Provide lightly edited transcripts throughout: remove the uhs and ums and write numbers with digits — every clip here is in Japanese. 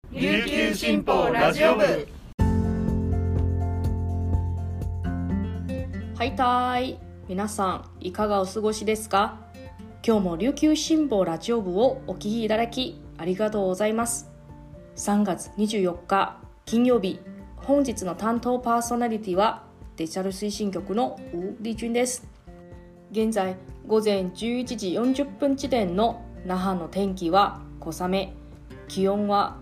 琉球新報ラジオ部。 はいたーい、皆さんいかがお過ごしですか？今日も琉球新報ラジオ部をお聞きいただきありがとうございます。3月24日金曜日、本日の担当パーソナリティはデジタル推進局のウ・リジュンです。現在午前11時40分時点の那覇の天気は小雨、気温は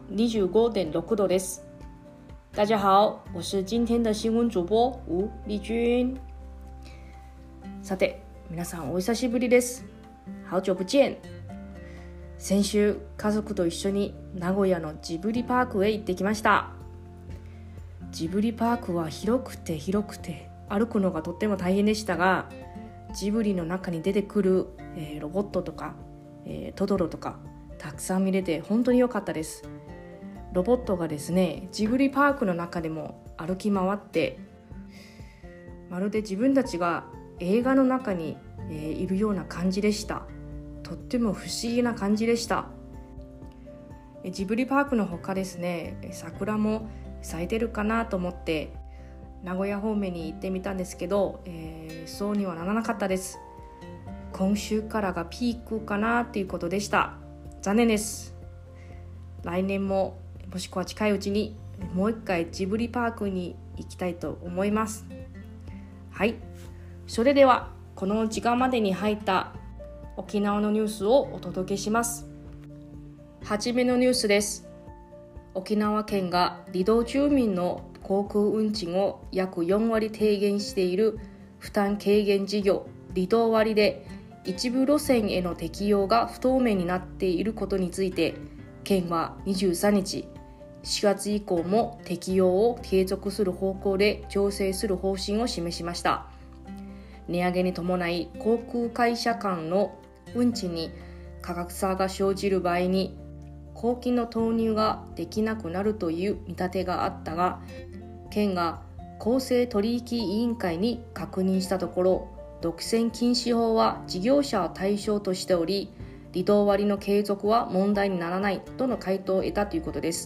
25.6 度です。大家好，我是今天的新聞主播吴丽君。さて、皆さんお久しぶりです。好久不見。先週、家族と一緒に名古屋のジブリパークへ行ってきました。ジブリパークは広くて歩くのがとっても大変でしたが、ジブリの中に出てくる、ロボットとか、トトロとかたくさん見れて本当に良かったです。ロボットがですね、ジブリパークの中でも歩き回って、まるで自分たちが映画の中に、いるような感じでした。とっても不思議な感じでした。ジブリパークの他ですね、桜も咲いてるかなと思って名古屋方面に行ってみたんですけど、そうにはならなかったです。今週からがピークかなっていうことでした。残念です。来年ももしくは近いうちにもう一回ジブリパークに行きたいと思います。はい、それではこの時間までに入った沖縄のニュースをお届けします。はじめのニュースです。沖縄県が離島住民の航空運賃を約4割低減している負担軽減事業離島割で一部路線への適用が不透明になっていることについて、県は23日、4月以降も適用を継続する方向で調整する方針を示しました。値上げに伴い航空会社間の運賃に価格差が生じる場合に公金の投入ができなくなるという見立てがあったが、県が公正取引委員会に確認したところ、独占禁止法は事業者を対象としており、離島割の継続は問題にならないとの回答を得たということです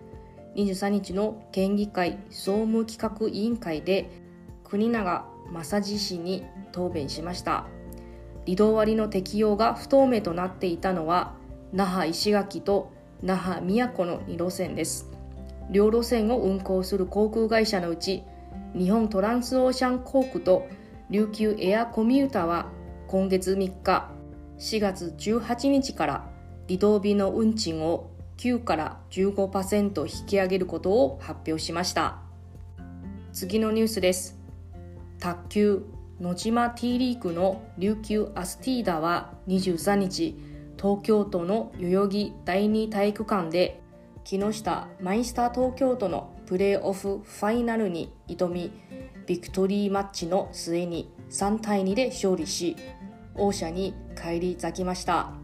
。23日の県議会総務企画委員会で国永正治氏に答弁しました。離島割の適用が不透明となっていたのは那覇石垣と那覇宮古の2路線です。両路線を運航する航空会社のうち、日本トランスオーシャン航空と琉球エアコミューターは今月3日、4月18日から離島便の運賃を9から 15% 引き上げることを発表しました。次のニュースです。卓球野島 T リーグの琉球アスティーダは23日、東京都の代々木第二体育館で木下マイスター東京都のプレーオフファイナルに挑み、ビクトリーマッチの末に3対2で勝利し、王者に返り咲きました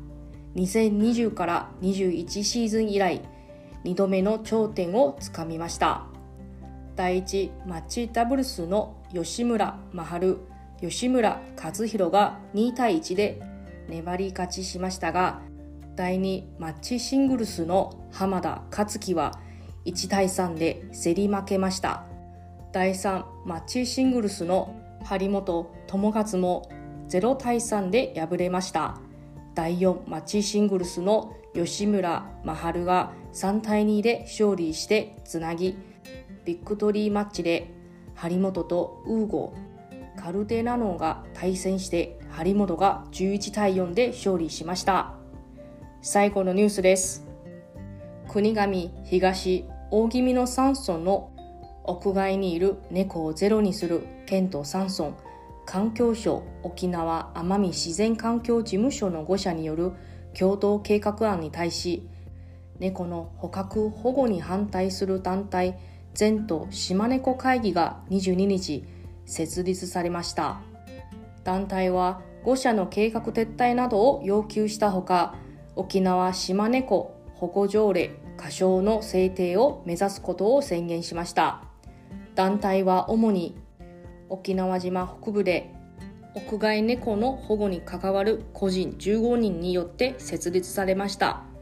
。2020から21シーズン以来2度目の頂点をつかみました。第1マッチダブルスの吉村真晴、吉村和弘が2対1で粘り勝ちしましたが、第2マッチシングルスの浜田克樹は1対3で競り負けました。第3マッチシングルスの張本智和も0対3で敗れました。第4マッチシングルスの吉村真晴が3対2で勝利してつなぎ、ビクトリーマッチで張本とウーゴ・カルデナノが対戦して張本が11対4で勝利しました。最後のニュースです。国頭東大宜味の3村の屋外にいる猫をゼロにする県と3村環境省沖縄奄美自然環境事務所の5社による共同計画案に対し、猫の捕獲保護に反対する団体全島島猫会議が22日設立されました。団体は5社の計画撤退などを要求したほか、沖縄島猫保護条例仮称の制定を目指すことを宣言しました。団体は主に沖縄島北部で屋外猫の保護に関わる個人15人によって設立されました。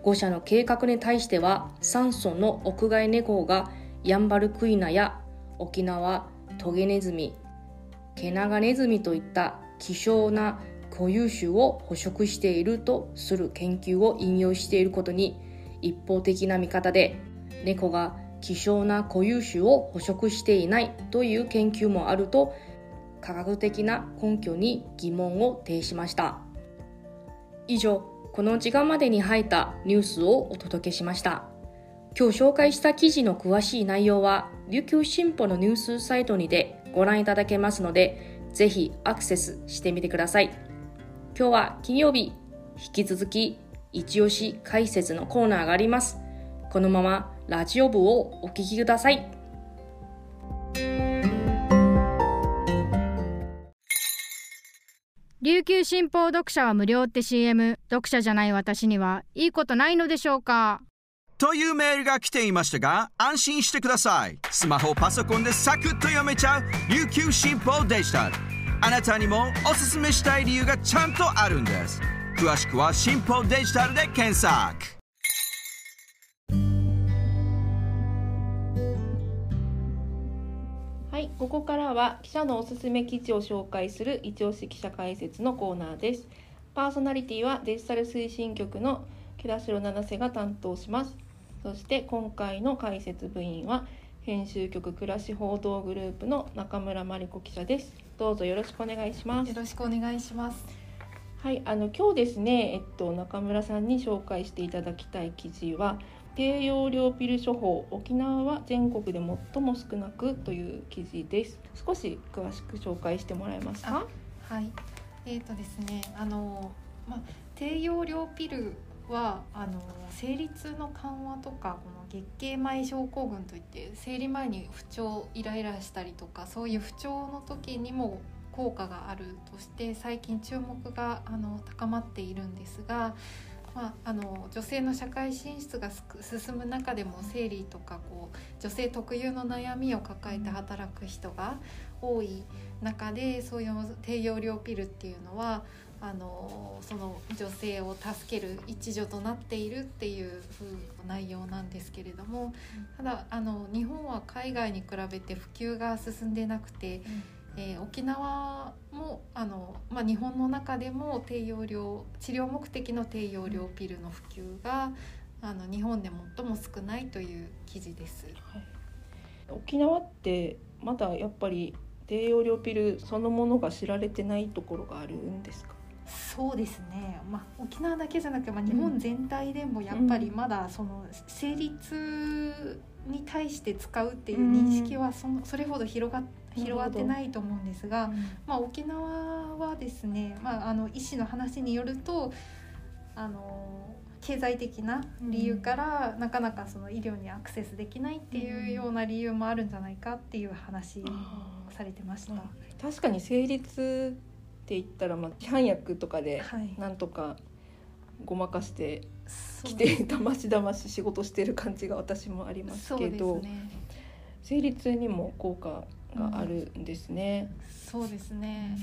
5社の計画に対しては3村の屋外猫がヤンバルクイナや沖縄トゲネズミ、ケナガネズミといった希少な固有種を捕食しているとする研究を引用していることに一方的な見方で、猫が希少な固有種を捕食していないという研究もあると科学的な根拠に疑問を呈しました。以上、この時間までに入ったニュースをお届けしました。今日紹介した記事の詳しい内容は琉球新報のニュースサイトにてご覧いただけますので、ぜひアクセスしてみてください。今日は金曜日、引き続き一押し解説のコーナーがあります。このままラジオ部をお聞きください。 琉球新報読者は無料って CM、 読者じゃない私にはいいことないのでしょうかというメールが来ていましたが、安心してください。スマホパソコンでサクッと読めちゃう琉球新報デジタル、あなたにもおすすめしたい理由がちゃんとあるんです。詳しくは新報デジタルで検索。 はい、ここからは記者のおすすめ記事を紹介する一押し記者解説のコーナーです。パーソナリティはデジタル推進局の木田代七瀬が担当します。そして今回の解説部員は編集局暮らし報道グループの中村真理子記者です。どうぞよろしくお願いします。 よろしくお願いします。 はい、今日ですね、中村さんに紹介していただきたい記事は低用量ピル処方、沖縄は全国で最も少なくという記事です。少し詳しく紹介してもらえますか？ はい、ですね、低用量ピルは生理痛の緩和とか、この月経前症候群といって生理前に不調、イライラしたりとか、そういう不調の時にも効果があるとして最近注目が高まっているんですが、女性の社会進出が進む中でも生理とか女性特有の悩みを抱えて働く人が多い中で、そういう低用量ピルっていうのはその女性を助ける一助となっているっていう内容なんですけれども、ただ日本は海外に比べて普及が進んでなくて、沖縄も日本の中でも低用量治療目的の低用量ピルの普及が日本で最も少ないという記事です。 はい、沖縄ってまだやっぱり低用量ピルそのものが知られてないところがあるんですか？ そうですね、沖縄だけじゃなくて、日本全体でもやっぱりまだその生理痛に対して使うっていう認識はそれほど広がってないと思うんですが、沖縄はですね、医師の話によると経済的な理由からなかなかその医療にアクセスできないっていうような理由もあるんじゃないかっていう話をされてました。 確かに生理痛って言ったら市販薬とかでなんとかごまかしてきて、だまし仕事してる感じが私もありますけど、生理痛にも効果があるんですね。 そうですね、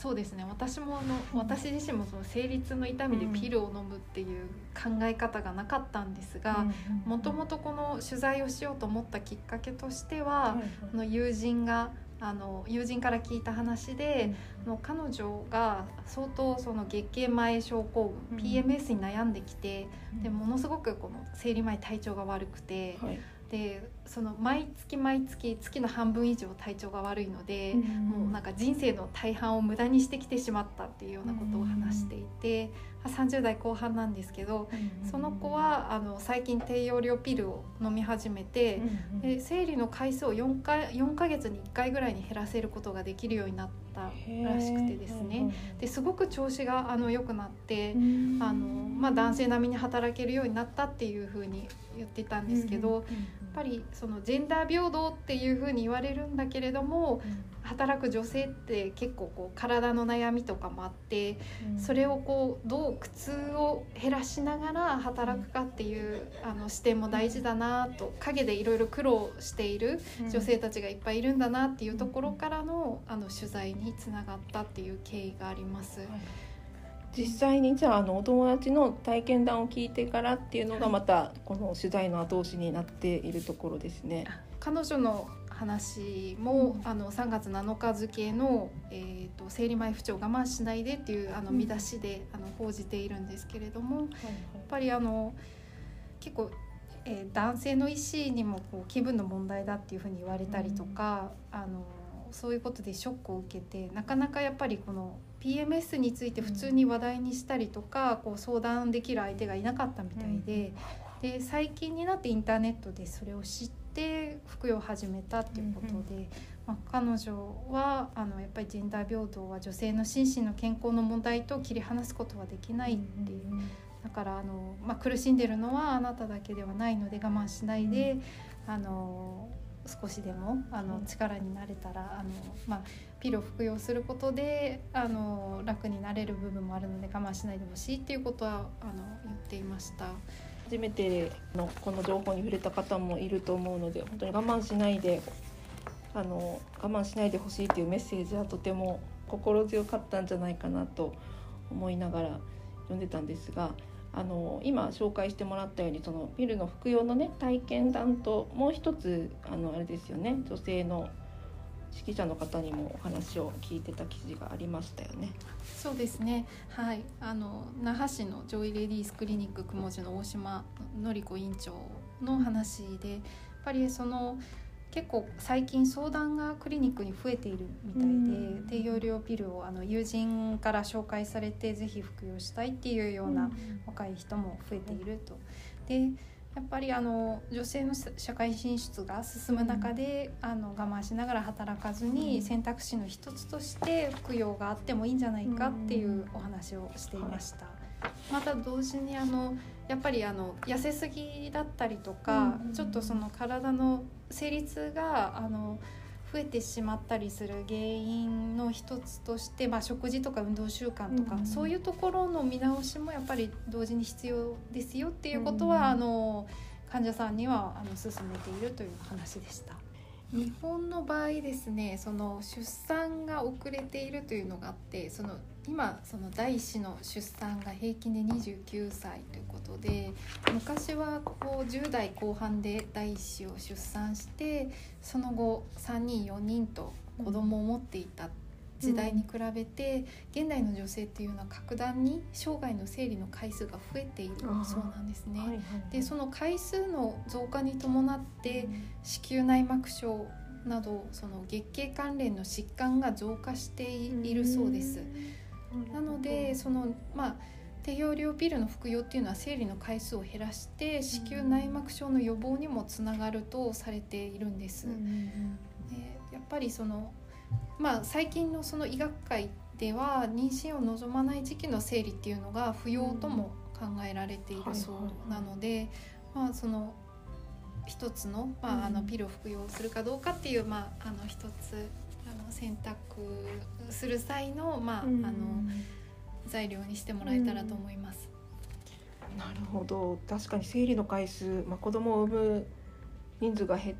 私自身もその生理痛の痛みでピルを飲むっていう考え方がなかったんですが、もともとこの取材をしようと思ったきっかけとしては、友人から聞いた話で、彼女が相当その月経前症候群、PMS に悩んできて、でものすごくこの生理前体調が悪くて、でその毎月月の半分以上体調が悪いので、もうなんか人生の大半を無駄にしてきてしまったっていうようなことを話していて、30代後半なんですけど、その子は最近低用量ピルを飲み始めて、で生理の回数を4ヶ月に1回ぐらいに減らせることができるようになったらしくてですね、ですごく調子が良くなって、男性並みに働けるようになったっていうふうに言ってたんですけど、やっぱりそのジェンダー平等っていうふうに言われるんだけれども、働く女性って結構体の悩みとかもあって、それをどう苦痛を減らしながら働くかっていう視点も大事だなと、陰でいろいろ苦労している女性たちがいっぱいいるんだなっていうところからの取材につながったっていう経緯があります。 実際にじゃあお友達の体験談を聞いてからっていうのがまたこの取材の後押しになっているところですね。 彼女の話も、3月7日付の、生理前不調我慢しないでっていう見出しで報じているんですけれども、やっぱり結構、男性の医師にもこう気分の問題だっていうふうに言われたりとか、そういうことでショックを受けて、なかなかやっぱりこの PMS について普通に話題にしたりとか、こう相談できる相手がいなかったみたいで、最近になってインターネットでそれを知って服用を始めたっていうことで、彼女はやっぱりジェンダー平等は女性の心身の健康の問題と切り離すことはできないっていう、だから苦しんでるのはあなただけではないので我慢しないで、少しでも力になれたらピルを服用することで楽になれる部分もあるので我慢しないでほしいっていうことは言っていました。 初めてのこの情報に触れた方もいると思うので、本当に我慢しないでほしいというメッセージはとても心強かったんじゃないかなと思いながら読んでたんですが、今紹介してもらったようにそのピルの服用のね体験談と、もう一つあれですよね、女性の指揮者の方にもお話を聞いてた記事がありましたよね。 そうですね、はい、那覇市のジョイレディースクリニック雲寺の大島典子院長の話で、やっぱり結構最近相談がクリニックに増えているみたいで、低用量ピルを友人から紹介されてぜひ服用したいっていうような若い人も増えていると。でやっぱり女性の社会進出が進む中で我慢しながら働かずに選択肢の一つとして服用があってもいいんじゃないかっていうお話をしていました。また同時にやっぱり痩せすぎだったりとか、ちょっとその体の生理痛が増えてしまったりする原因の一つとして、食事とか運動習慣とか、そういうところの見直しもやっぱり同時に必要ですよっていうことは、患者さんには勧めているという話でした。日本の場合ですね、その出産が遅れているというのがあって、今第一子の出産が平均で29歳ということで、昔は10代後半で第一子を出産して、その後3人4人と子供を持っていた時代に比べて、現代の女性っていうのは格段に生涯の生理の回数が増えているそうなんですね。でその回数の増加に伴って子宮内膜症などその月経関連の疾患が増加しているそうです。なので低用量ピルの服用っていうのは生理の回数を減らして子宮内膜症の予防にもつながるとされているんです。やっぱり最近の医学界では妊娠を望まない時期の生理っていうのが不要とも考えられているそうなので、一つの、ピルを服用するかどうかっていう、一つ選択する際の、材料にしてもらえたらと思います。 なるほど、確かに生理の回数、子供を産む人数が減って、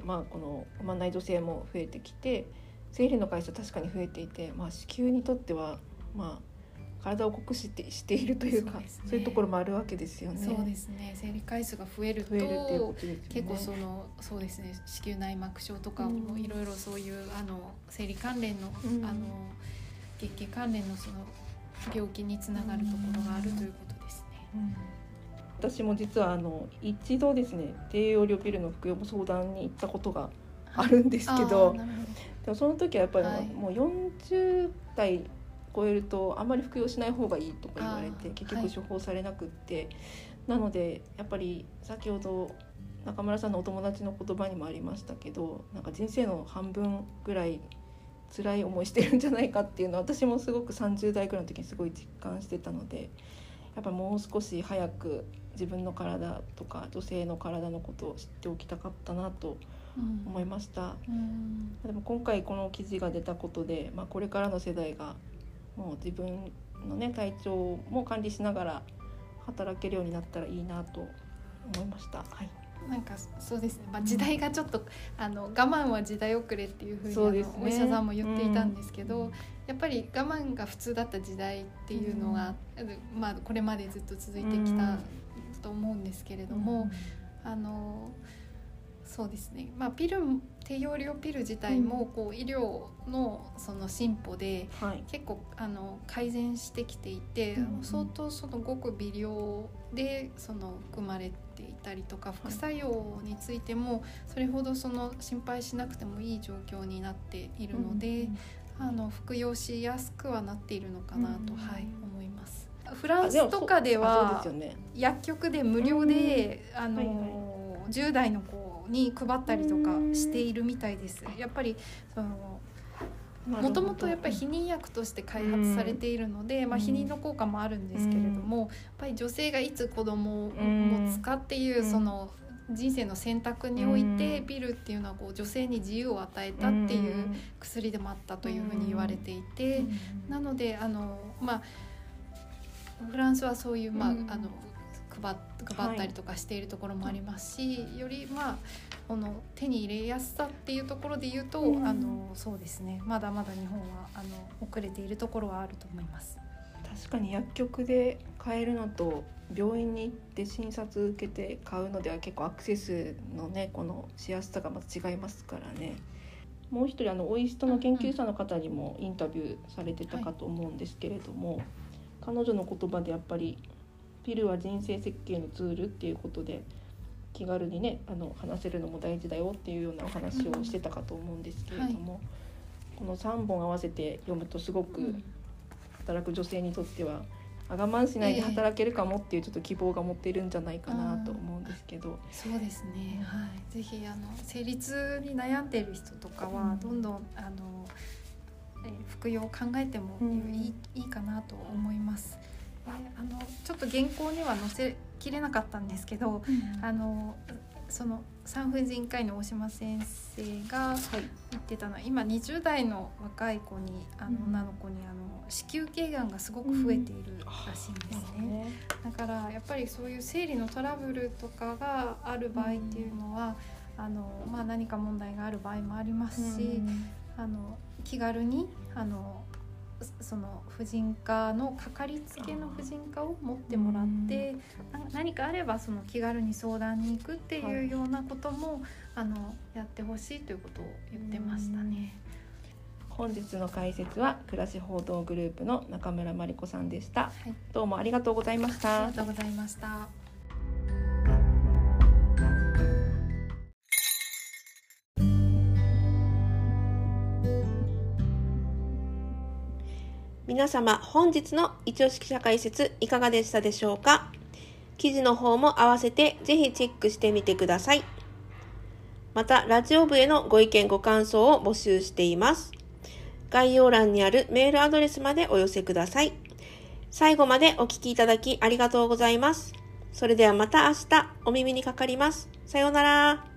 この産まない女性も増えてきて、生理の回数は確かに増えていて、子宮にとっては体を酷使しているというか、そういうところもあるわけですよね。 そうですね、生理回数が増えるとっていうことですよね。 結構そうですね、子宮内膜症とかもいろいろそういう生理関連の、月経関連の病気につながるところがあるということですね。 私も実は一度ですね、低用量ピルの服用も相談に行ったことがあるんですけど、でもその時はやっぱりもう40代超えるとあんまり服用しない方がいいとか言われて、結局処方されなくって、なのでやっぱり先ほど中村さんのお友達の言葉にもありましたけど、人生の半分ぐらい辛い思いしてるんじゃないかっていうのは、私もすごく30代ぐらいの時にすごい実感してたので、やっぱもう少し早く自分の体とか女性の体のことを知っておきたかったなと思いました。でも今回この記事が出たことで、これからの世代がもう自分の体調も管理しながら働けるようになったらいいなと思いました。 そうですね、時代がちょっと我慢は時代遅れっていうふうにお医者さんも言っていたんですけど、 やっぱり我慢が普通だった時代っていうのが、これまでずっと続いてきたと思うんですけれども、そうですね、ピル低用量ピル自体もこう医療のその進歩で結構改善してきていて、相当そのごく微量でその含まれていたりとか、副作用についてもそれほどその心配しなくてもいい状況になっているので、服用しやすくはなっているのかなと、思います。フランスとかでは薬局で無料で10代の子に配ったりとかしているみたいです。やっぱりもともとやっぱり避妊薬として開発されているので、避妊の効果もあるんですけれども、やっぱり女性がいつ子供を持つかっていうその人生の選択においてピルっていうのはこう女性に自由を与えたっていう薬でもあったというふうに言われていて、なのでフランスはそういう配ったりとかしているところもありますし、よりこの手に入れやすさっていうところで言うと、そうですね、まだまだ日本は遅れているところはあると思います。 確かに薬局で買えるのと病院に行って診察受けて買うのでは結構アクセスのねこのしやすさがまた違いますからね。もう一人オイストの研究者の方にもインタビューされてたかと思うんですけれども、彼女の言葉でやっぱりピルは人生設計のツールっていうことで気軽にね話せるのも大事だよっていうようなお話をしてたかと思うんですけれども、この3本合わせて読むとすごく働く女性にとっては我慢しないで働けるかもっていうちょっと希望が持っているんじゃないかなと思うんですけど、 そうですね、ぜひ生理痛に悩んでいる人とかはどんどん服用を考えてもいいかなと思います。ちょっと原稿には載せきれなかったんですけど、その産婦人科医の大島先生が言ってたのは、今20代の若い子に女の子に子宮頸がんがすごく増えているらしいんですね。だからやっぱりそういう生理のトラブルとかがある場合っていうのは何か問題がある場合もありますし、気軽にその婦人科のかかりつけの婦人科を持ってもらって、何かあればその気軽に相談に行くっていうようなこともやってほしいということを言ってましたね。 本日の解説は暮らし報道グループの中村真理子さんでした、どうもありがとうございました。 ありがとうございました。 皆様、本日の一押し記者解説いかがでしたでしょうか。記事の方も合わせてぜひチェックしてみてください。また、ラジオ部へのご意見ご感想を募集しています。概要欄にあるメールアドレスまでお寄せください。最後までお聞きいただきありがとうございます。それではまた明日お耳にかかります。さようなら。